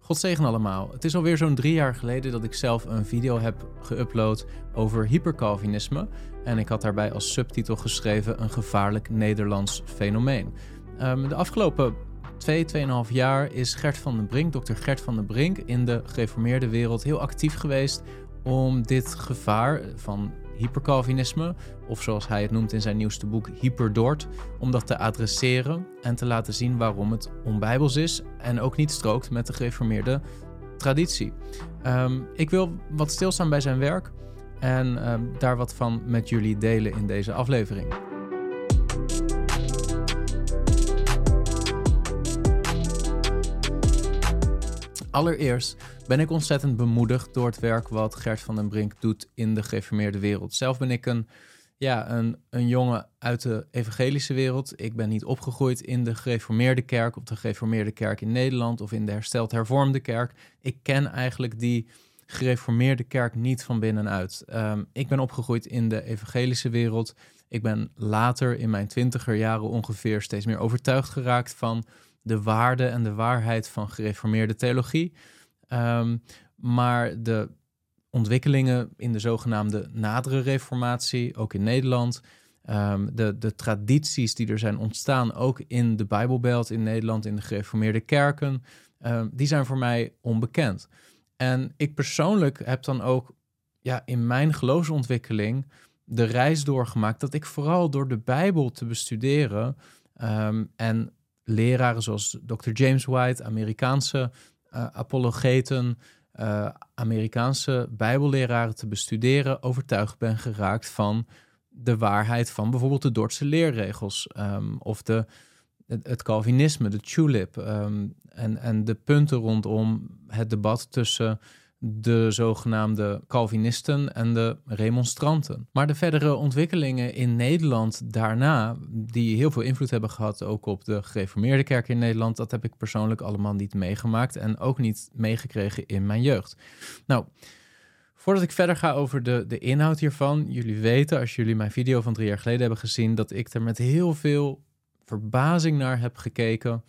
God zegen allemaal. Het is alweer zo'n 3 jaar geleden dat ik zelf een video heb geüpload over hypercalvinisme. En ik had daarbij als subtitel geschreven een gevaarlijk Nederlands fenomeen. De afgelopen 2,5 jaar is Gert van den Brink, dokter Gert van den Brink, in de gereformeerde wereld heel actief geweest om dit gevaar van hypercalvinisme, of zoals hij het noemt in zijn nieuwste boek, hyperdort, om dat te adresseren en te laten zien waarom het onbijbels is en ook niet strookt met de gereformeerde traditie. Ik wil wat stilstaan bij zijn werk en daar wat van met jullie delen in deze aflevering. Allereerst ben ik ontzettend bemoedigd door het werk wat Gert van den Brink doet in de gereformeerde wereld. Zelf ben ik een jongen uit de evangelische wereld. Ik ben niet opgegroeid in de gereformeerde kerk, of de gereformeerde kerk in Nederland of in de hersteld hervormde kerk. Ik ken eigenlijk die gereformeerde kerk niet van binnenuit. Ik ben opgegroeid in de evangelische wereld. Ik ben later in mijn 20er jaren ongeveer steeds meer overtuigd geraakt van de waarde en de waarheid van gereformeerde theologie. Maar de ontwikkelingen in de zogenaamde nadere reformatie, ook in Nederland, de tradities die er zijn ontstaan, ook in de Bijbelbelt in Nederland, in de gereformeerde kerken, die zijn voor mij onbekend. En ik persoonlijk heb dan ook in mijn geloofsontwikkeling de reis doorgemaakt dat ik vooral door de Bijbel te bestuderen en leraren zoals Dr. James White, Amerikaanse apologeten, Amerikaanse bijbelleraren te bestuderen, overtuigd ben geraakt van de waarheid van bijvoorbeeld de Dordtse leerregels of het Calvinisme, de tulip en de punten rondom het debat tussen de zogenaamde Calvinisten en de remonstranten. Maar de verdere ontwikkelingen in Nederland daarna, die heel veel invloed hebben gehad ook op de gereformeerde kerk in Nederland, dat heb ik persoonlijk allemaal niet meegemaakt en ook niet meegekregen in mijn jeugd. Nou, voordat ik verder ga over de inhoud hiervan, jullie weten, als jullie mijn video van 3 jaar geleden hebben gezien, dat ik er met heel veel verbazing naar heb gekeken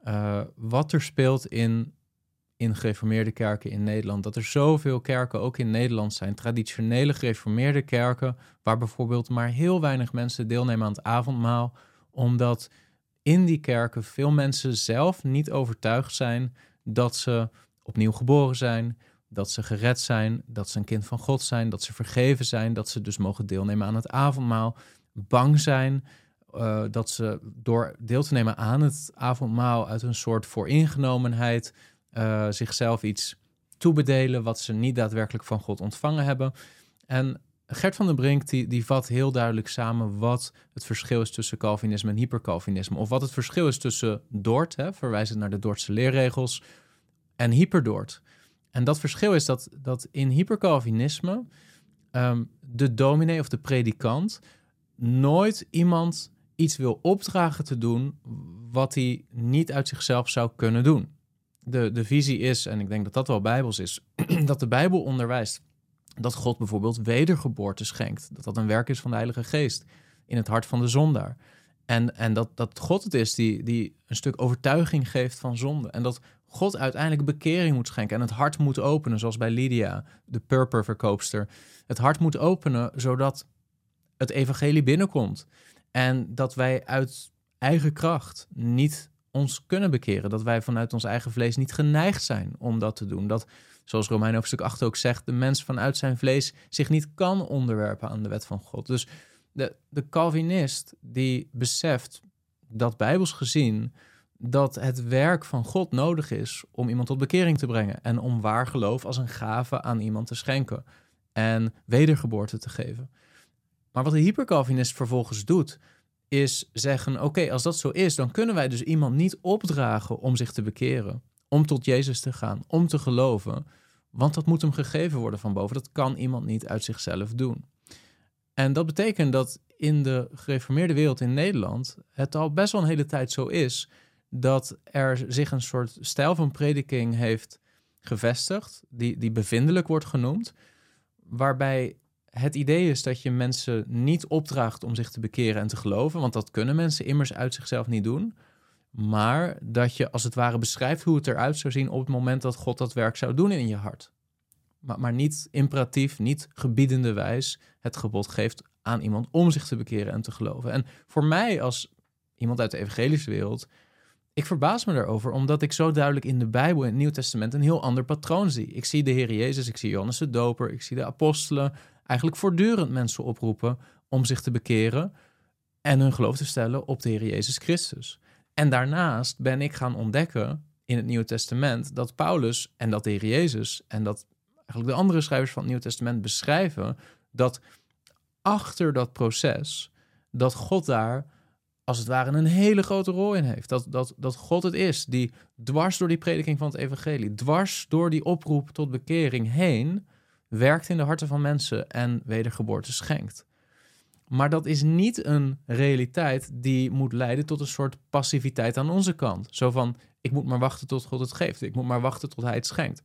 wat er speelt in gereformeerde kerken in Nederland. Dat er zoveel kerken ook in Nederland zijn, traditionele gereformeerde kerken, waar bijvoorbeeld maar heel weinig mensen deelnemen aan het avondmaal, omdat in die kerken veel mensen zelf niet overtuigd zijn dat ze opnieuw geboren zijn, dat ze gered zijn, dat ze een kind van God zijn, dat ze vergeven zijn, dat ze dus mogen deelnemen aan het avondmaal, bang zijn dat ze door deel te nemen aan het avondmaal uit een soort vooringenomenheid zichzelf iets toebedelen wat ze niet daadwerkelijk van God ontvangen hebben. En Gert van den Brink die vat heel duidelijk samen wat het verschil is tussen Calvinisme en hypercalvinisme. Of wat het verschil is tussen Dort, verwijzend naar de Dordtse leerregels, en hyperdort. En dat verschil is dat in hypercalvinisme de dominee of de predikant nooit iemand iets wil opdragen te doen wat hij niet uit zichzelf zou kunnen doen. De visie is, en ik denk dat dat wel bijbels is, dat de Bijbel onderwijst dat God bijvoorbeeld wedergeboorte schenkt. Dat dat een werk is van de Heilige Geest in het hart van de zondaar. En dat God het is die een stuk overtuiging geeft van zonde. En dat God uiteindelijk bekering moet schenken en het hart moet openen, zoals bij Lydia, de purperverkoopster. Het hart moet openen, zodat het evangelie binnenkomt. En dat wij uit eigen kracht niet ons kunnen bekeren. Dat wij vanuit ons eigen vlees niet geneigd zijn om dat te doen. Dat, zoals Romeinen hoofdstuk 8 ook zegt, de mens vanuit zijn vlees zich niet kan onderwerpen aan de wet van God. Dus de Calvinist die beseft dat bijbels gezien dat het werk van God nodig is om iemand tot bekering te brengen en om waar geloof als een gave aan iemand te schenken en wedergeboorte te geven. Maar wat de hypercalvinist vervolgens doet, is zeggen, oké, als dat zo is, dan kunnen wij dus iemand niet opdragen om zich te bekeren, om tot Jezus te gaan, om te geloven, want dat moet hem gegeven worden van boven. Dat kan iemand niet uit zichzelf doen. En dat betekent dat in de gereformeerde wereld in Nederland het al best wel een hele tijd zo is dat er zich een soort stijl van prediking heeft gevestigd, die bevindelijk wordt genoemd, waarbij het idee is dat je mensen niet opdraagt om zich te bekeren en te geloven, want dat kunnen mensen immers uit zichzelf niet doen, maar dat je als het ware beschrijft hoe het eruit zou zien op het moment dat God dat werk zou doen in je hart. Maar niet imperatief, niet gebiedende wijs het gebod geeft aan iemand om zich te bekeren en te geloven. En voor mij als iemand uit de evangelische wereld, ik verbaas me daarover, omdat ik zo duidelijk in de Bijbel, in het Nieuw Testament, een heel ander patroon zie. Ik zie de Heer Jezus, ik zie Johannes de Doper, ik zie de apostelen eigenlijk voortdurend mensen oproepen om zich te bekeren en hun geloof te stellen op de Heer Jezus Christus. En daarnaast ben ik gaan ontdekken in het Nieuwe Testament dat Paulus en dat de Heer Jezus en dat eigenlijk de andere schrijvers van het Nieuwe Testament beschrijven dat achter dat proces, dat God daar als het ware een hele grote rol in heeft. Dat God het is die dwars door die prediking van het evangelie, dwars door die oproep tot bekering heen, werkt in de harten van mensen en wedergeboorte schenkt. Maar dat is niet een realiteit die moet leiden tot een soort passiviteit aan onze kant. Zo van, ik moet maar wachten tot God het geeft. Ik moet maar wachten tot hij het schenkt.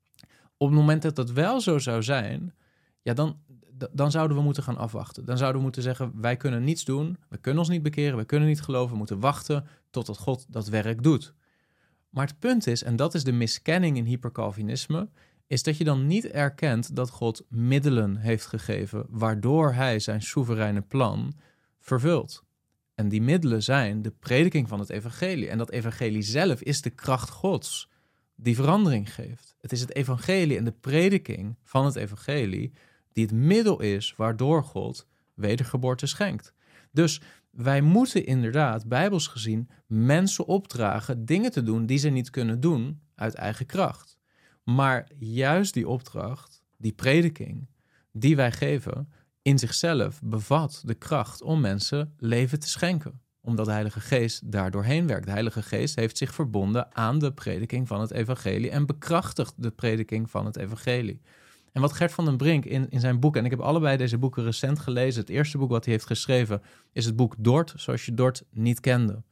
Op het moment dat dat wel zo zou zijn, ja, dan zouden we moeten gaan afwachten. Dan zouden we moeten zeggen, wij kunnen niets doen. We kunnen ons niet bekeren, we kunnen niet geloven. We moeten wachten totdat God dat werk doet. Maar het punt is, en dat is de miskenning in hypercalvinisme, is dat je dan niet erkent dat God middelen heeft gegeven waardoor hij zijn soevereine plan vervult. En die middelen zijn de prediking van het evangelie. En dat evangelie zelf is de kracht Gods die verandering geeft. Het is het evangelie en de prediking van het evangelie die het middel is waardoor God wedergeboorte schenkt. Dus wij moeten inderdaad, bijbels gezien, mensen opdragen dingen te doen die ze niet kunnen doen uit eigen kracht. Maar juist die opdracht, die prediking, die wij geven, in zichzelf bevat de kracht om mensen leven te schenken. Omdat de Heilige Geest daar doorheen werkt. De Heilige Geest heeft zich verbonden aan de prediking van het evangelie en bekrachtigt de prediking van het evangelie. En wat Gert van den Brink in zijn boek, en ik heb allebei deze boeken recent gelezen. Het eerste boek wat hij heeft geschreven is het boek Dort, zoals je Dort niet kende.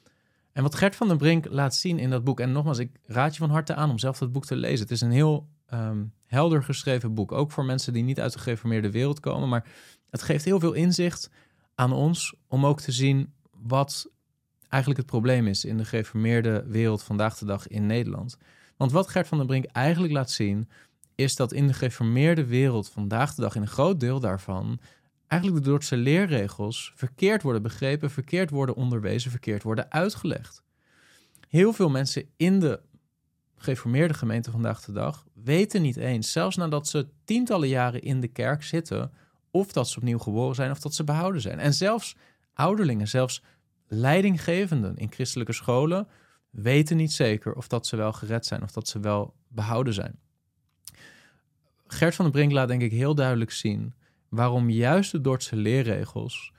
En wat Gert van den Brink laat zien in dat boek, en nogmaals, ik raad je van harte aan om zelf dat boek te lezen. Het is een heel helder geschreven boek, ook voor mensen die niet uit de gereformeerde wereld komen. Maar het geeft heel veel inzicht aan ons om ook te zien wat eigenlijk het probleem is in de gereformeerde wereld vandaag de dag in Nederland. Want wat Gert van den Brink eigenlijk laat zien, is dat in de gereformeerde wereld vandaag de dag, in een groot deel daarvan, eigenlijk de Dordtse leerregels verkeerd worden begrepen, verkeerd worden onderwezen, verkeerd worden uitgelegd. Heel veel mensen in de gereformeerde gemeente vandaag de dag weten niet eens, zelfs nadat ze tientallen jaren in de kerk zitten, of dat ze opnieuw geboren zijn of dat ze behouden zijn. En zelfs ouderlingen, zelfs leidinggevenden in christelijke scholen weten niet zeker of dat ze wel gered zijn of dat ze wel behouden zijn. Gert van den Brink laat denk ik heel duidelijk zien waarom juist de Dordtse leerregels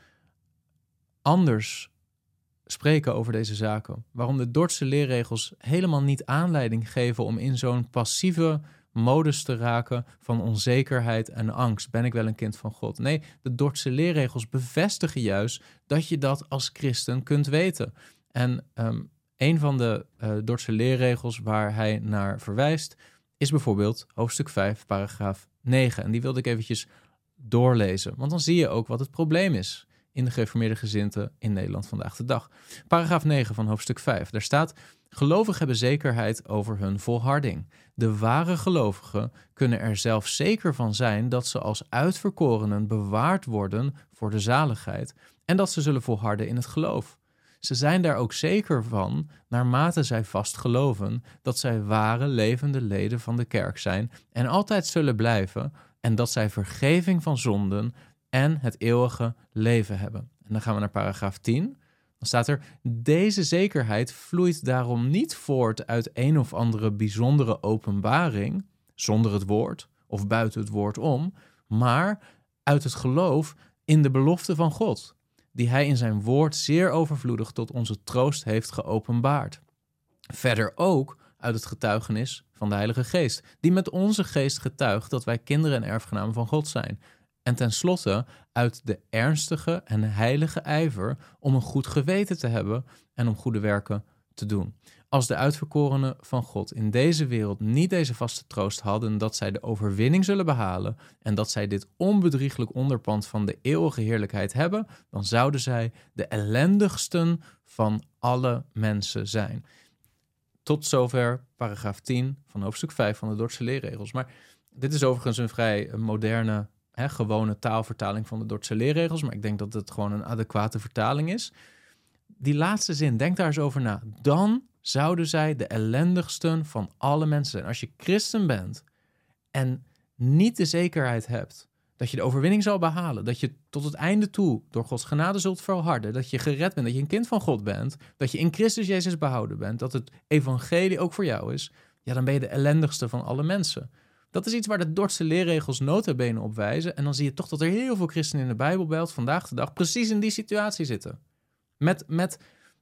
anders spreken over deze zaken. Waarom de Dordtse leerregels helemaal niet aanleiding geven om in zo'n passieve modus te raken van onzekerheid en angst. Ben ik wel een kind van God? Nee, de Dordtse leerregels bevestigen juist dat je dat als christen kunt weten. En een van de Dordtse leerregels waar hij naar verwijst is bijvoorbeeld hoofdstuk 5, paragraaf 9. En die wilde ik eventjes doorlezen, want dan zie je ook wat het probleem is in de gereformeerde gezinten in Nederland vandaag de dag. Paragraaf 9 van hoofdstuk 5, daar staat: gelovigen hebben zekerheid over hun volharding. De ware gelovigen kunnen er zelf zeker van zijn dat ze als uitverkorenen bewaard worden voor de zaligheid en dat ze zullen volharden in het geloof. Ze zijn daar ook zeker van, naarmate zij vast geloven, dat zij ware levende leden van de kerk zijn en altijd zullen blijven en dat zij vergeving van zonden en het eeuwige leven hebben. En dan gaan we naar paragraaf 10. Dan staat er: deze zekerheid vloeit daarom niet voort uit een of andere bijzondere openbaring, zonder het woord of buiten het woord om, maar uit het geloof in de belofte van God, die hij in zijn woord zeer overvloedig tot onze troost heeft geopenbaard. Verder ook uit het getuigenis van de Heilige Geest, die met onze geest getuigt dat wij kinderen en erfgenamen van God zijn. En tenslotte uit de ernstige en heilige ijver om een goed geweten te hebben en om goede werken te doen. Als de uitverkorenen van God in deze wereld niet deze vaste troost hadden dat zij de overwinning zullen behalen en dat zij dit onbedrieglijk onderpand van de eeuwige heerlijkheid hebben, dan zouden zij de ellendigsten van alle mensen zijn. Tot zover paragraaf 10 van hoofdstuk 5 van de Dordtse leerregels. Maar dit is overigens een vrij moderne, gewone taalvertaling van de Dordtse leerregels, maar ik denk dat het gewoon een adequate vertaling is. Die laatste zin, denk daar eens over na. Dan zouden zij de ellendigsten van alle mensen zijn. Als je christen bent en niet de zekerheid hebt dat je de overwinning zal behalen, dat je tot het einde toe door Gods genade zult volharden, dat je gered bent, dat je een kind van God bent, dat je in Christus Jezus behouden bent, dat het evangelie ook voor jou is, ja, dan ben je de ellendigste van alle mensen. Dat is iets waar de Dordtse leerregels nota bene op wijzen. En dan zie je toch dat er heel veel christenen in de Bijbelbelt vandaag de dag precies in die situatie zitten. Met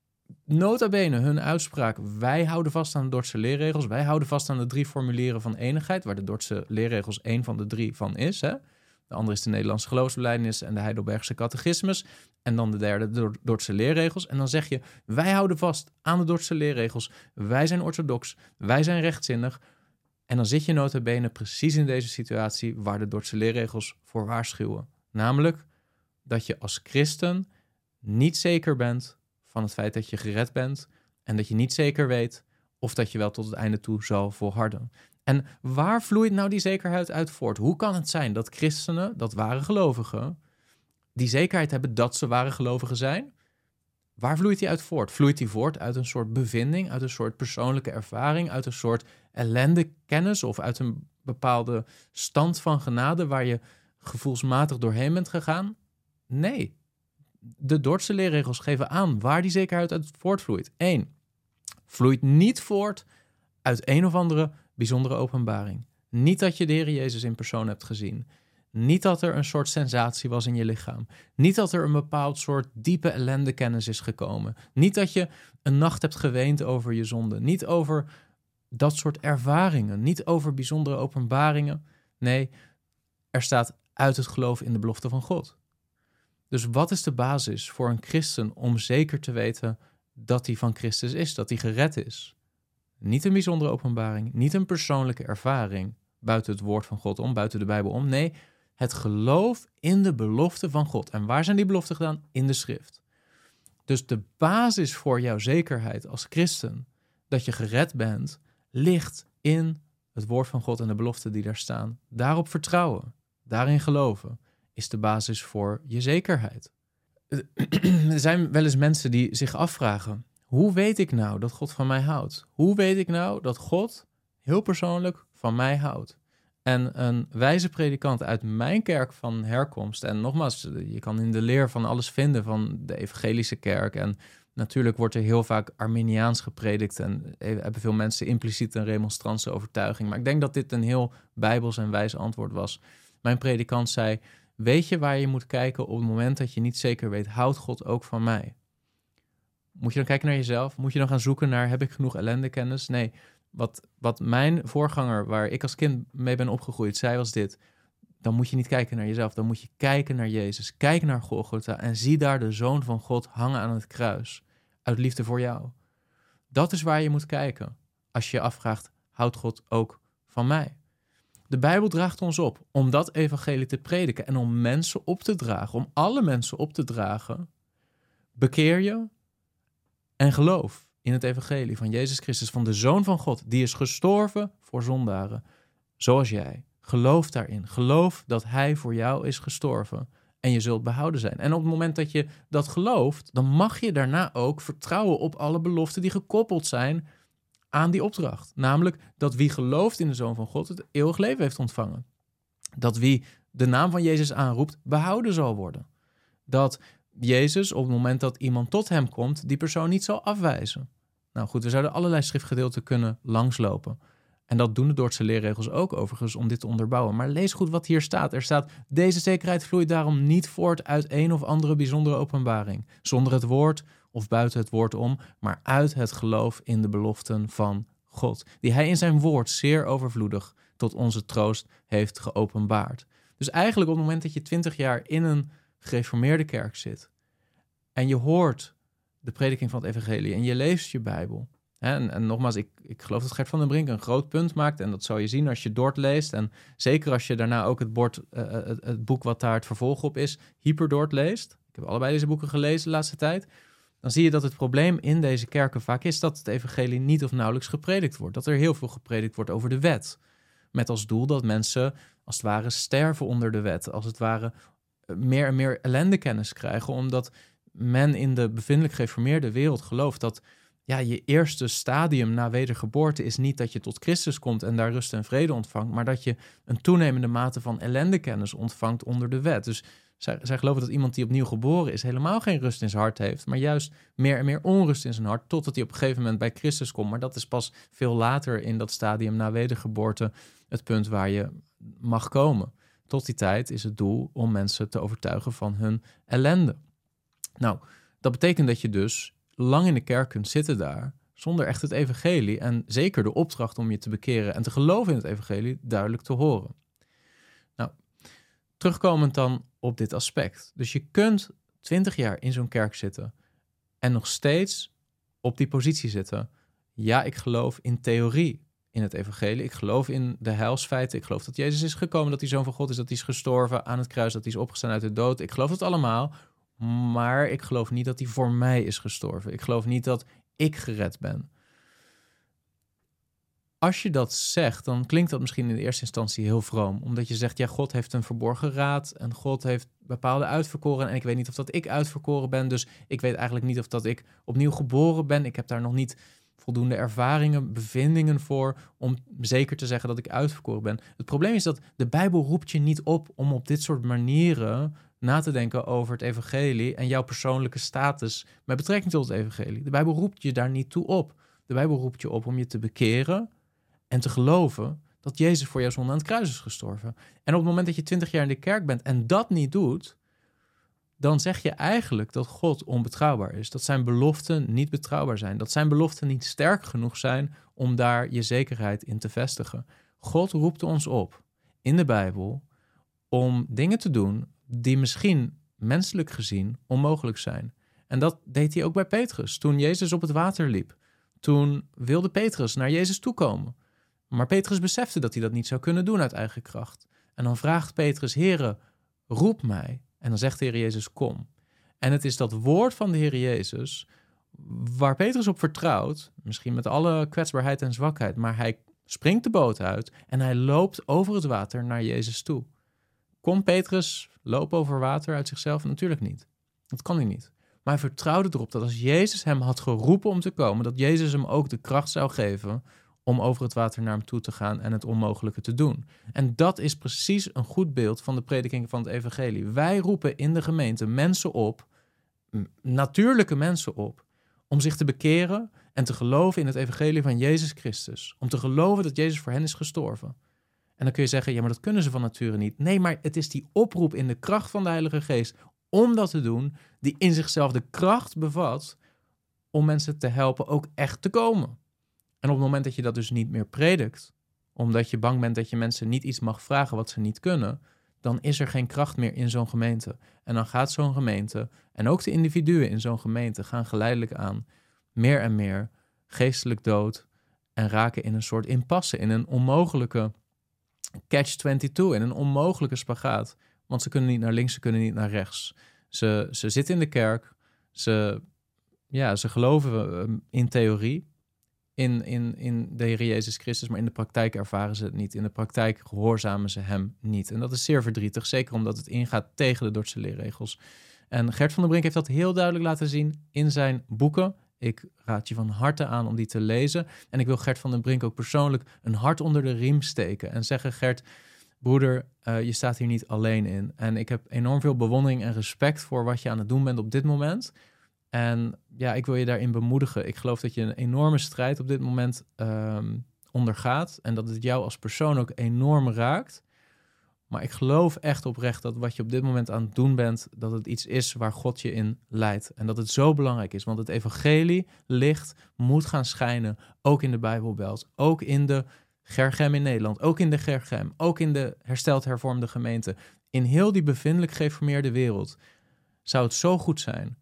nota bene hun uitspraak: wij houden vast aan de Dordtse leerregels. Wij houden vast aan de 3 formulieren van enigheid, waar de Dordtse leerregels 1 van de 3 van is. Hè? De andere is de Nederlandse geloofsbelijdenis en de Heidelbergse catechismus. En dan de derde, de Dordtse leerregels. En dan zeg je: wij houden vast aan de Dordtse leerregels. Wij zijn orthodox. Wij zijn rechtzinnig. En dan zit je nota bene precies in deze situatie waar de Dordtse leerregels voor waarschuwen. Namelijk dat je als christen niet zeker bent van het feit dat je gered bent en dat je niet zeker weet of dat je wel tot het einde toe zal volharden. En waar vloeit nou die zekerheid uit voort? Hoe kan het zijn dat christenen, dat ware gelovigen, die zekerheid hebben dat ze ware gelovigen zijn? Waar vloeit die uit voort? Vloeit die voort uit een soort bevinding, uit een soort persoonlijke ervaring, uit een soort ellendekennis of uit een bepaalde stand van genade waar je gevoelsmatig doorheen bent gegaan? Nee. De Dordtse leerregels geven aan waar die zekerheid uit voortvloeit. 1. Vloeit niet voort uit een of andere bijzondere openbaring. Niet dat je de Heer Jezus in persoon hebt gezien. Niet dat er een soort sensatie was in je lichaam. Niet dat er een bepaald soort diepe ellendekennis is gekomen. Niet dat je een nacht hebt geweend over je zonde. Niet over dat soort ervaringen. Niet over bijzondere openbaringen. Nee, er staat uit het geloof in de belofte van God. Dus wat is de basis voor een christen om zeker te weten dat hij van Christus is, dat hij gered is? Niet een bijzondere openbaring, niet een persoonlijke ervaring buiten het woord van God om, buiten de Bijbel om. Nee, het geloof in de belofte van God. En waar zijn die beloften gedaan? In de schrift. Dus de basis voor jouw zekerheid als christen, dat je gered bent, ligt in het woord van God en de beloften die daar staan. Daarop vertrouwen, daarin geloven, is de basis voor je zekerheid. Er zijn wel eens mensen die zich afvragen: hoe weet ik nou dat God van mij houdt? Hoe weet ik nou dat God heel persoonlijk van mij houdt? En een wijze predikant uit mijn kerk van herkomst, en nogmaals, je kan in de leer van alles vinden van de evangelische kerk, en natuurlijk wordt er heel vaak Arminiaans gepredikt en hebben veel mensen impliciet een remonstrantse overtuiging. Maar ik denk dat dit een heel bijbels en wijs antwoord was. Mijn predikant zei: weet je waar je moet kijken op het moment dat je niet zeker weet, houdt God ook van mij? Moet je dan kijken naar jezelf? Moet je dan gaan zoeken naar, heb ik genoeg ellendekennis? Nee, wat mijn voorganger, waar ik als kind mee ben opgegroeid, zei was dit: dan moet je niet kijken naar jezelf, dan moet je kijken naar Jezus. Kijk naar Golgotha en zie daar de Zoon van God hangen aan het kruis, uit liefde voor jou. Dat is waar je moet kijken als je je afvraagt, houdt God ook van mij? De Bijbel draagt ons op om dat evangelie te prediken en om mensen op te dragen, om alle mensen op te dragen: bekeer je en geloof in het evangelie van Jezus Christus, van de Zoon van God, die is gestorven voor zondaren, zoals jij. Geloof daarin. Geloof dat hij voor jou is gestorven en je zult behouden zijn. En op het moment dat je dat gelooft, dan mag je daarna ook vertrouwen op alle beloften die gekoppeld zijn aan die opdracht. Namelijk dat wie gelooft in de Zoon van God het eeuwig leven heeft ontvangen. Dat wie de naam van Jezus aanroept, behouden zal worden. Dat Jezus, op het moment dat iemand tot hem komt, die persoon niet zal afwijzen. Nou goed, we zouden allerlei schriftgedeelten kunnen langslopen. En dat doen de Dordtse leerregels ook overigens om dit te onderbouwen. Maar lees goed wat hier staat. Er staat: deze zekerheid vloeit daarom niet voort uit een of andere bijzondere openbaring, zonder het woord of buiten het woord om, maar uit het geloof in de beloften van God, die hij in zijn woord zeer overvloedig tot onze troost heeft geopenbaard. Dus eigenlijk op het moment dat je 20 jaar in een gereformeerde kerk zit en je hoort de prediking van het evangelie en je leest je Bijbel. En nogmaals, ik geloof dat Gert van den Brink een groot punt maakt. En dat zal je zien als je Dort leest. En zeker als je daarna ook het boek wat daar het vervolg op is, Hyperdort leest. Ik heb allebei deze boeken gelezen de laatste tijd. Dan zie je dat het probleem in deze kerken vaak is dat het evangelie niet of nauwelijks gepredikt wordt. Dat er heel veel gepredikt wordt over de wet. Met als doel dat mensen als het ware sterven onder de wet. Als het ware meer en meer ellendekennis krijgen. Omdat men in de bevindelijk gereformeerde wereld gelooft dat je eerste stadium na wedergeboorte is niet dat je tot Christus komt en daar rust en vrede ontvangt, maar dat je een toenemende mate van ellendekennis ontvangt onder de wet. Dus zij geloven dat iemand die opnieuw geboren is helemaal geen rust in zijn hart heeft, maar juist meer en meer onrust in zijn hart, totdat hij op een gegeven moment bij Christus komt. Maar dat is pas veel later in dat stadium na wedergeboorte het punt waar je mag komen. Tot die tijd is het doel om mensen te overtuigen van hun ellende. Nou, dat betekent dat je dus lang in de kerk kunt zitten daar, zonder echt het evangelie en zeker de opdracht om je te bekeren en te geloven in het evangelie duidelijk te horen. Nou, terugkomend dan op dit aspect. Dus je kunt 20 jaar in zo'n kerk zitten en nog steeds op die positie zitten. Ja, ik geloof in theorie in het evangelie. Ik geloof in de heilsfeiten. Ik geloof dat Jezus is gekomen, dat hij Zoon van God is, dat hij is gestorven aan het kruis, dat hij is opgestaan uit de dood. Ik geloof het allemaal. Maar ik geloof niet dat hij voor mij is gestorven. Ik geloof niet dat ik gered ben. Als je dat zegt, dan klinkt dat misschien in de eerste instantie heel vroom. Omdat je zegt, ja, God heeft een verborgen raad en God heeft bepaalde uitverkoren. En ik weet niet of dat ik uitverkoren ben, dus ik weet eigenlijk niet of dat ik opnieuw geboren ben. Ik heb daar nog niet voldoende ervaringen, bevindingen voor om zeker te zeggen dat ik uitverkoren ben. Het probleem is dat de Bijbel roept je niet op om op dit soort manieren na te denken over het evangelie en jouw persoonlijke status met betrekking tot het evangelie. De Bijbel roept je daar niet toe op. De Bijbel roept je op om je te bekeren en te geloven dat Jezus voor jouw zonde aan het kruis is gestorven. En op het moment dat je 20 jaar in de kerk bent en dat niet doet, dan zeg je eigenlijk dat God onbetrouwbaar is. Dat zijn beloften niet betrouwbaar zijn. Dat zijn beloften niet sterk genoeg zijn om daar je zekerheid in te vestigen. God roept ons op in de Bijbel om dingen te doen die misschien menselijk gezien onmogelijk zijn. En dat deed hij ook bij Petrus. Toen Jezus op het water liep, toen wilde Petrus naar Jezus toekomen. Maar Petrus besefte dat hij dat niet zou kunnen doen uit eigen kracht. En dan vraagt Petrus, Heere, roep mij. En dan zegt de Heer Jezus, kom. En het is dat woord van de Heer Jezus waar Petrus op vertrouwt, misschien met alle kwetsbaarheid en zwakheid, maar hij springt de boot uit en hij loopt over het water naar Jezus toe. Kon Petrus lopen over water uit zichzelf? Natuurlijk niet. Dat kan hij niet. Maar hij vertrouwde erop dat als Jezus hem had geroepen om te komen, dat Jezus hem ook de kracht zou geven om over het water naar hem toe te gaan en het onmogelijke te doen. En dat is precies een goed beeld van de prediking van het evangelie. Wij roepen in de gemeente mensen op, natuurlijke mensen op, om zich te bekeren en te geloven in het evangelie van Jezus Christus. Om te geloven dat Jezus voor hen is gestorven. En dan kun je zeggen, ja, maar dat kunnen ze van nature niet. Nee, maar het is die oproep in de kracht van de Heilige Geest om dat te doen, die in zichzelf de kracht bevat om mensen te helpen ook echt te komen. En op het moment dat je dat dus niet meer predikt, omdat je bang bent dat je mensen niet iets mag vragen wat ze niet kunnen, dan is er geen kracht meer in zo'n gemeente. En dan gaat zo'n gemeente, en ook de individuen in zo'n gemeente, gaan geleidelijk aan meer en meer geestelijk dood en raken in een soort impasse, in een onmogelijke catch-22, in een onmogelijke spagaat. Want ze kunnen niet naar links, ze kunnen niet naar rechts. Ze zitten in de kerk, ze geloven in theorie, in de Heer Jezus Christus, maar in de praktijk ervaren ze het niet. In de praktijk gehoorzamen ze hem niet. En dat is zeer verdrietig, zeker omdat het ingaat tegen de Dordtse leerregels. En Gert van den Brink heeft dat heel duidelijk laten zien in zijn boeken. Ik raad je van harte aan om die te lezen. En ik wil Gert van den Brink ook persoonlijk een hart onder de riem steken en zeggen, Gert, broeder, je staat hier niet alleen in. En ik heb enorm veel bewondering en respect voor wat je aan het doen bent op dit moment. En ja, ik wil je daarin bemoedigen. Ik geloof dat je een enorme strijd op dit moment ondergaat. En dat het jou als persoon ook enorm raakt. Maar ik geloof echt oprecht dat wat je op dit moment aan het doen bent, dat het iets is waar God je in leidt. En dat het zo belangrijk is. Want het evangelie, licht, moet gaan schijnen. Ook in de Bijbelbelt. Ook in de Gerchem in Nederland. Ook in de Gerchem. Ook in de hersteld hervormde gemeente. In heel die bevindelijk gereformeerde wereld zou het zo goed zijn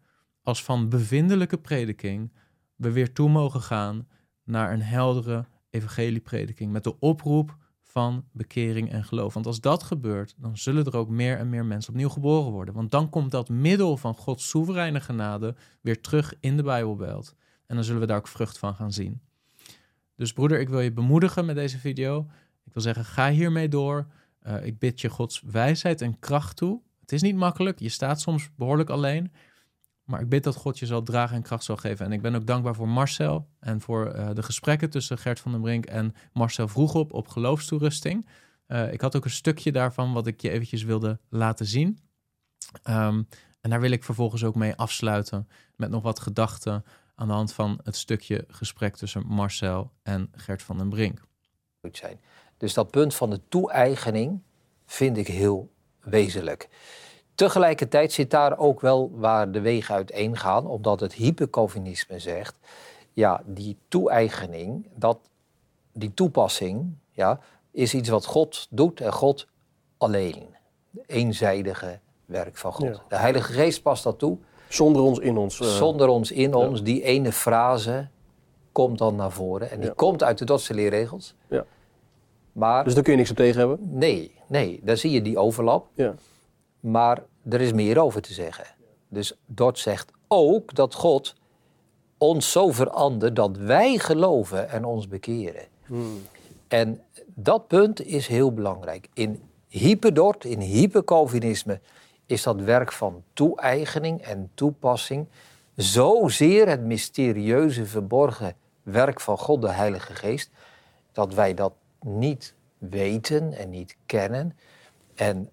als van bevindelijke prediking we weer toe mogen gaan naar een heldere evangelieprediking met de oproep van bekering en geloof. Want als dat gebeurt, dan zullen er ook meer en meer mensen opnieuw geboren worden. Want dan komt dat middel van Gods soevereine genade weer terug in de Bijbelbelt. En dan zullen we daar ook vrucht van gaan zien. Dus broeder, ik wil je bemoedigen met deze video. Ik wil zeggen, ga hiermee door. Ik bid je Gods wijsheid en kracht toe. Het is niet makkelijk, je staat soms behoorlijk alleen. Maar ik bid dat God je zal dragen en kracht zal geven. En ik ben ook dankbaar voor Marcel en voor de gesprekken tussen Gert van den Brink en Marcel Vroegop op geloofstoerusting. Ik had ook een stukje daarvan wat ik je eventjes wilde laten zien. En daar wil ik vervolgens ook mee afsluiten met nog wat gedachten aan de hand van het stukje gesprek tussen Marcel en Gert van den Brink. Zijn. Dus dat punt van de toe-eigening vind ik heel wezenlijk. Tegelijkertijd zit daar ook wel waar de wegen uiteen gaan, omdat het hypercalvinisme zegt, ja, die toe-eigening, die toepassing, ja, is iets wat God doet en God alleen. De eenzijdige werk van God. Ja. De Heilige Geest past dat toe. Zonder ons in ons. Zonder ons in ons. Die ene frase komt dan naar voren. En die komt uit de Dordtse leerregels. Ja. Maar, dus daar kun je niks op tegen hebben? Nee, daar zie je die overlap. Ja. Maar er is meer over te zeggen. Dus Dort zegt ook dat God ons zo verandert dat wij geloven en ons bekeren. En dat punt is heel belangrijk. In hyperdort, in hypercalvinisme, is dat werk van toe-eigening en toepassing zozeer het mysterieuze, verborgen werk van God, de Heilige Geest, dat wij dat niet weten en niet kennen. En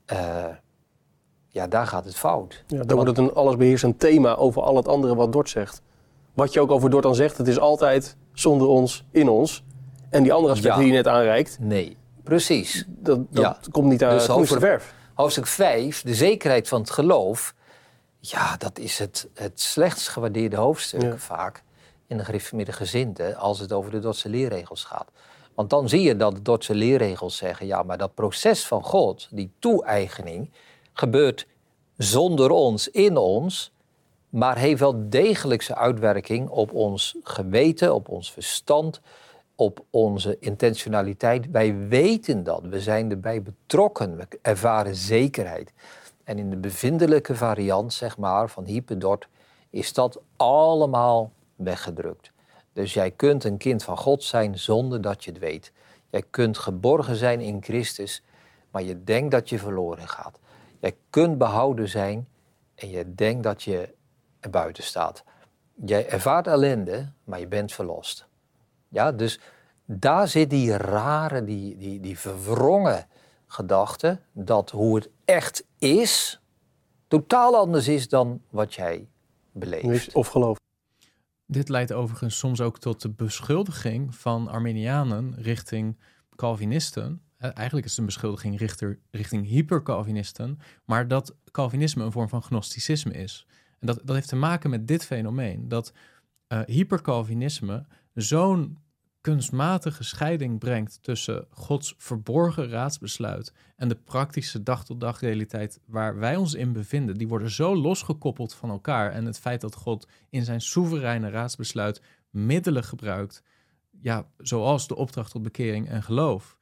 daar gaat het fout. Ja, dan wordt het een allesbeheersend thema over al het andere wat Dort zegt. Wat je ook over Dort dan zegt, het is altijd zonder ons, in ons. En die andere aspecten die je net aanreikt. Nee, precies. Dat komt niet uit dus de verf. Hoofdstuk 5, de zekerheid van het geloof. Ja, dat is het slechtst gewaardeerde hoofdstuk vaak in de gereformeerde gezinten als het over de Dordtse leerregels gaat. Want dan zie je dat de Dordtse leerregels zeggen, ja, maar dat proces van God, die toe-eigening, gebeurt zonder ons, in ons, maar heeft wel degelijk zijn uitwerking op ons geweten, op ons verstand, op onze intentionaliteit. Wij weten dat, we zijn erbij betrokken, we ervaren zekerheid. En in de bevindelijke variant, zeg maar, van hyperdort, is dat allemaal weggedrukt. Dus jij kunt een kind van God zijn zonder dat je het weet. Jij kunt geborgen zijn in Christus, maar je denkt dat je verloren gaat. Jij kunt behouden zijn en je denkt dat je er buiten staat. Jij ervaart ellende, maar je bent verlost. Ja, dus daar zit die rare, die verwrongen gedachte dat hoe het echt is, totaal anders is dan wat jij beleeft. Of gelooft. Dit leidt overigens soms ook tot de beschuldiging van Arminianen richting Calvinisten. Eigenlijk is het een beschuldiging richting hypercalvinisten, maar dat Calvinisme een vorm van gnosticisme is. En dat heeft te maken met dit fenomeen, dat hypercalvinisme zo'n kunstmatige scheiding brengt tussen Gods verborgen raadsbesluit en de praktische dag-tot-dag realiteit waar wij ons in bevinden. Die worden zo losgekoppeld van elkaar. En het feit dat God in zijn soevereine raadsbesluit middelen gebruikt, ja, zoals de opdracht tot bekering en geloof,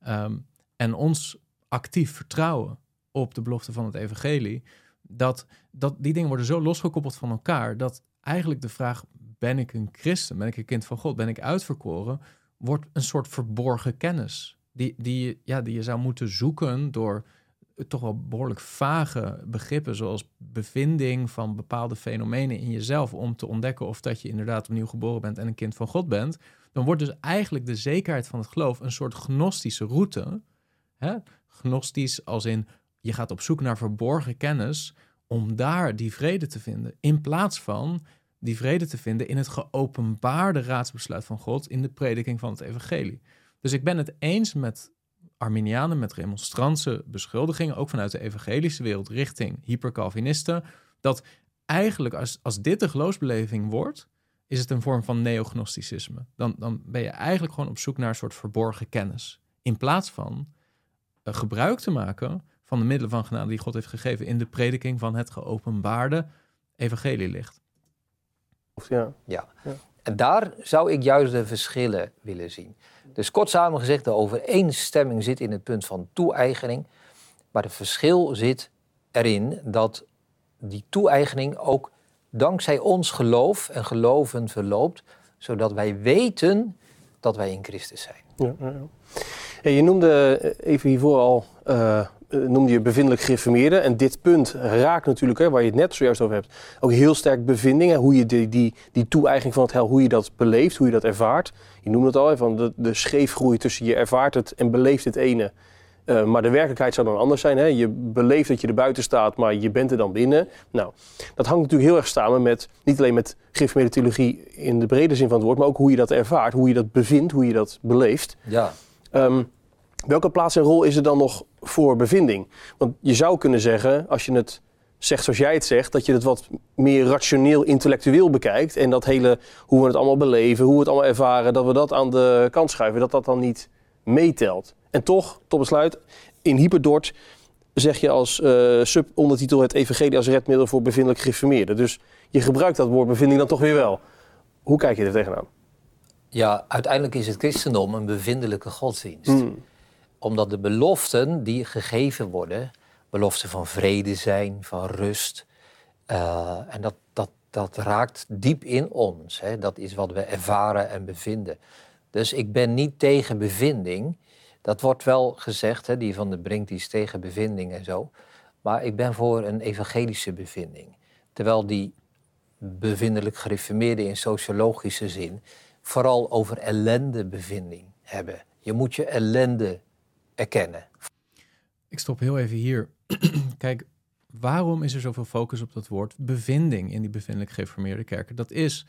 en ons actief vertrouwen op de belofte van het evangelie, dat die dingen worden zo losgekoppeld van elkaar, dat eigenlijk de vraag, ben ik een christen, ben ik een kind van God, ben ik uitverkoren, wordt een soort verborgen kennis. Die je zou moeten zoeken door toch wel behoorlijk vage begrippen, zoals bevinding van bepaalde fenomenen in jezelf, om te ontdekken of dat je inderdaad opnieuw geboren bent en een kind van God bent. Dan wordt dus eigenlijk de zekerheid van het geloof een soort gnostische route. Hè? Gnostisch als in, je gaat op zoek naar verborgen kennis om daar die vrede te vinden, in plaats van die vrede te vinden in het geopenbaarde raadsbesluit van God in de prediking van het evangelie. Dus ik ben het eens met Arminianen, met remonstrantse beschuldigingen, ook vanuit de evangelische wereld richting hypercalvinisten, dat eigenlijk als dit de geloofsbeleving wordt, is het een vorm van neognosticisme. Dan ben je eigenlijk gewoon op zoek naar een soort verborgen kennis, in plaats van gebruik te maken van de middelen van genade die God heeft gegeven in de prediking van het geopenbaarde evangelielicht. Ja. En daar zou ik juist de verschillen willen zien. Dus kort samengezegd, de overeenstemming zit in het punt van toe-eigening. Maar het verschil zit erin dat die toe-eigening ook dankzij ons geloof en geloven verloopt, zodat wij weten dat wij in Christus zijn. Ja. Ja, je noemde even hiervoor al, noemde je bevindelijk gereformeerde. En dit punt raakt natuurlijk, waar je het net zojuist over hebt, ook heel sterk bevinding. Hè, hoe je die toe-eigening van het heil, hoe je dat beleeft, hoe je dat ervaart. Je noemde het al, van de scheefgroei tussen je ervaart het en beleeft het ene. Maar de werkelijkheid zou dan anders zijn. Hè? Je beleeft dat je er buiten staat, maar je bent er dan binnen. Nou, dat hangt natuurlijk heel erg samen met, niet alleen met gereformeerde theologie in de brede zin van het woord, maar ook hoe je dat ervaart, hoe je dat bevindt, hoe je dat beleeft. Ja. Welke plaats en rol is er dan nog voor bevinding? Want je zou kunnen zeggen, als je het zegt zoals jij het zegt, dat je het wat meer rationeel, intellectueel bekijkt. En dat hele, hoe we het allemaal beleven, hoe we het allemaal ervaren, dat we dat aan de kant schuiven, dat dat dan niet meetelt. En toch, tot besluit, in Hyperdort zeg je als subondertitel het evangelie als redmiddel voor bevindelijk gereformeerden. Dus je gebruikt dat woord bevinding dan toch weer wel. Hoe kijk je er tegenaan? Ja, uiteindelijk is het christendom een bevindelijke godsdienst. Omdat de beloften die gegeven worden, beloften van vrede zijn, van rust. En dat raakt diep in ons. Hè. Dat is wat we ervaren en bevinden. Dus ik ben niet tegen bevinding. Dat wordt wel gezegd, hè, die van de Brink die is tegen bevinding en zo. Maar ik ben voor een evangelische bevinding. Terwijl die bevindelijk gereformeerden in sociologische zin vooral over ellendebevinding hebben. Je moet je ellende erkennen. Ik stop heel even hier. Kijk, waarom is er zoveel focus op dat woord bevinding in die bevindelijk gereformeerde kerken? Dat is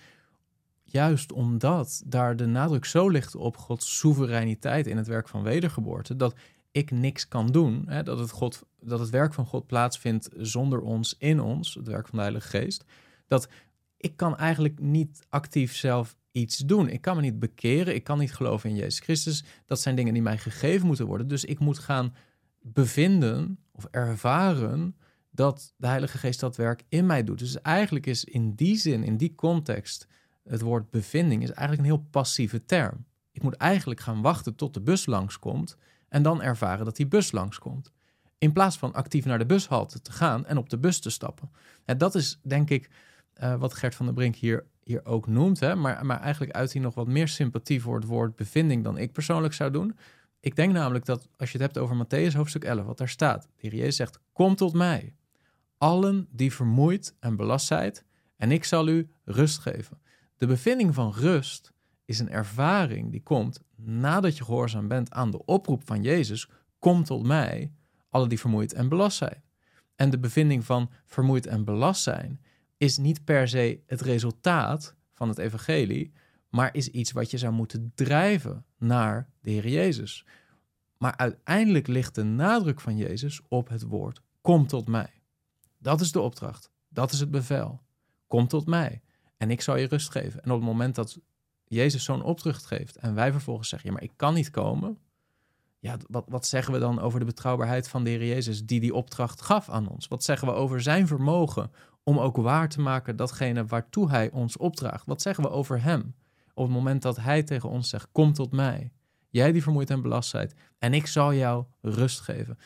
juist omdat daar de nadruk zo ligt op Gods soevereiniteit in het werk van wedergeboorte, dat ik niks kan doen, hè, dat het werk van God plaatsvindt zonder ons, in ons, het werk van de Heilige Geest, dat ik kan eigenlijk niet actief zelf iets doen. Ik kan me niet bekeren, ik kan niet geloven in Jezus Christus. Dat zijn dingen die mij gegeven moeten worden. Dus ik moet gaan bevinden of ervaren dat de Heilige Geest dat werk in mij doet. Dus eigenlijk is in die zin, in die context, het woord bevinding is eigenlijk een heel passieve term. Ik moet eigenlijk gaan wachten tot de bus langskomt en dan ervaren dat die bus langskomt. In plaats van actief naar de bushalte te gaan en op de bus te stappen. En dat is denk ik wat Gert van der Brink hier ook noemt. Hè? Maar eigenlijk uit hij nog wat meer sympathie voor het woord bevinding dan ik persoonlijk zou doen. Ik denk namelijk dat als je het hebt over Mattheüs hoofdstuk 11, wat daar staat. De Heer Jezus zegt, kom tot mij, allen die vermoeid en belast zijt, en ik zal u rust geven. De bevinding van rust is een ervaring die komt nadat je gehoorzaam bent aan de oproep van Jezus. Kom tot mij, allen die vermoeid en belast zijn. En de bevinding van vermoeid en belast zijn is niet per se het resultaat van het evangelie, maar is iets wat je zou moeten drijven naar de Heer Jezus. Maar uiteindelijk ligt de nadruk van Jezus op het woord, kom tot mij. Dat is de opdracht, dat is het bevel. Kom tot mij en ik zal je rust geven. En op het moment dat Jezus zo'n opdracht geeft en wij vervolgens zeggen, ja, maar ik kan niet komen. Ja, wat zeggen we dan over de betrouwbaarheid van de Heer Jezus die opdracht gaf aan ons? Wat zeggen we over zijn vermogen om ook waar te maken datgene waartoe hij ons opdraagt? Wat zeggen we over hem op het moment dat hij tegen ons zegt, kom tot mij, jij die vermoeid en belast zijt, en ik zal jou rust geven.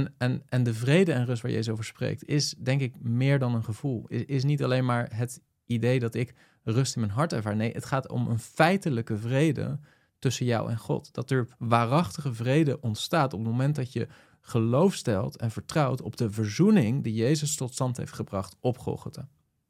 En de vrede en rust waar Jezus over spreekt, is denk ik meer dan een gevoel. Is niet alleen maar het idee dat ik rust in mijn hart ervaar. Nee, het gaat om een feitelijke vrede tussen jou en God. Dat er waarachtige vrede ontstaat op het moment dat je geloof stelt en vertrouwt op de verzoening die Jezus tot stand heeft gebracht op Golgotha.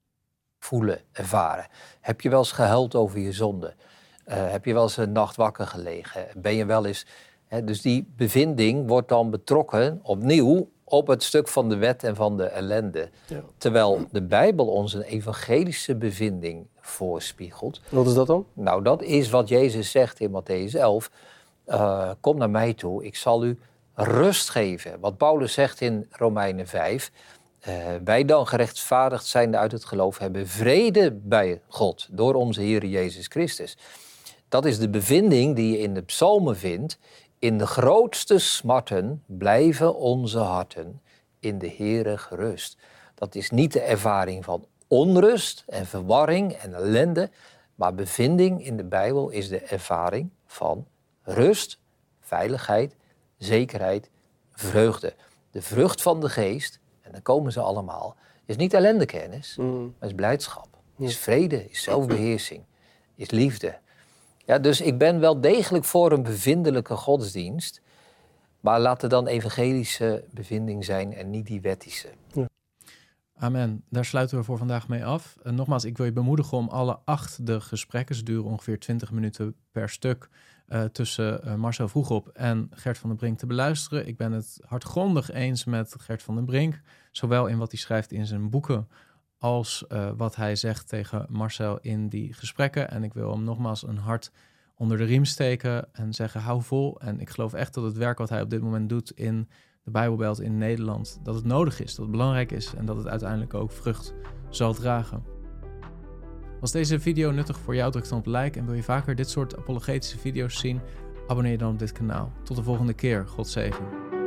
Voelen, ervaren. Heb je wel eens gehuild over je zonde? Heb je wel eens een nacht wakker gelegen? Ben je wel eens... dus die bevinding wordt dan betrokken opnieuw op het stuk van de wet en van de ellende. Ja. Terwijl de Bijbel ons een evangelische bevinding voorspiegelt. Wat is dat dan? Nou, dat is wat Jezus zegt in Mattheüs 11. Kom naar mij toe, ik zal u rust geven. Wat Paulus zegt in Romeinen 5. Wij dan gerechtvaardigd zijnde uit het geloof hebben vrede bij God door onze Heer Jezus Christus. Dat is de bevinding die je in de psalmen vindt. In de grootste smarten blijven onze harten in de Heere gerust. Dat is niet de ervaring van onrust en verwarring en ellende. Maar bevinding in de Bijbel is de ervaring van rust, veiligheid, zekerheid, vreugde. De vrucht van de geest, en dan komen ze allemaal, is niet ellendekennis, maar is blijdschap. Is vrede, is zelfbeheersing, is liefde. Ja, dus ik ben wel degelijk voor een bevindelijke godsdienst. Maar laat het dan evangelische bevinding zijn en niet die wettische. Ja. Amen. Daar sluiten we voor vandaag mee af. Nogmaals, ik wil je bemoedigen om alle 8 de gesprekken, ze duren ongeveer 20 minuten per stuk, tussen Marcel Vroegop en Gert van den Brink te beluisteren. Ik ben het hardgrondig eens met Gert van den Brink, zowel in wat hij schrijft in zijn boeken als wat hij zegt tegen Marcel in die gesprekken. En ik wil hem nogmaals een hart onder de riem steken en zeggen, hou vol. En ik geloof echt dat het werk wat hij op dit moment doet in de Bijbelbelt in Nederland, dat het nodig is, dat het belangrijk is en dat het uiteindelijk ook vrucht zal dragen. Was deze video nuttig voor jou, druk dan op like en wil je vaker dit soort apologetische video's zien, abonneer je dan op dit kanaal. Tot de volgende keer, God zegen.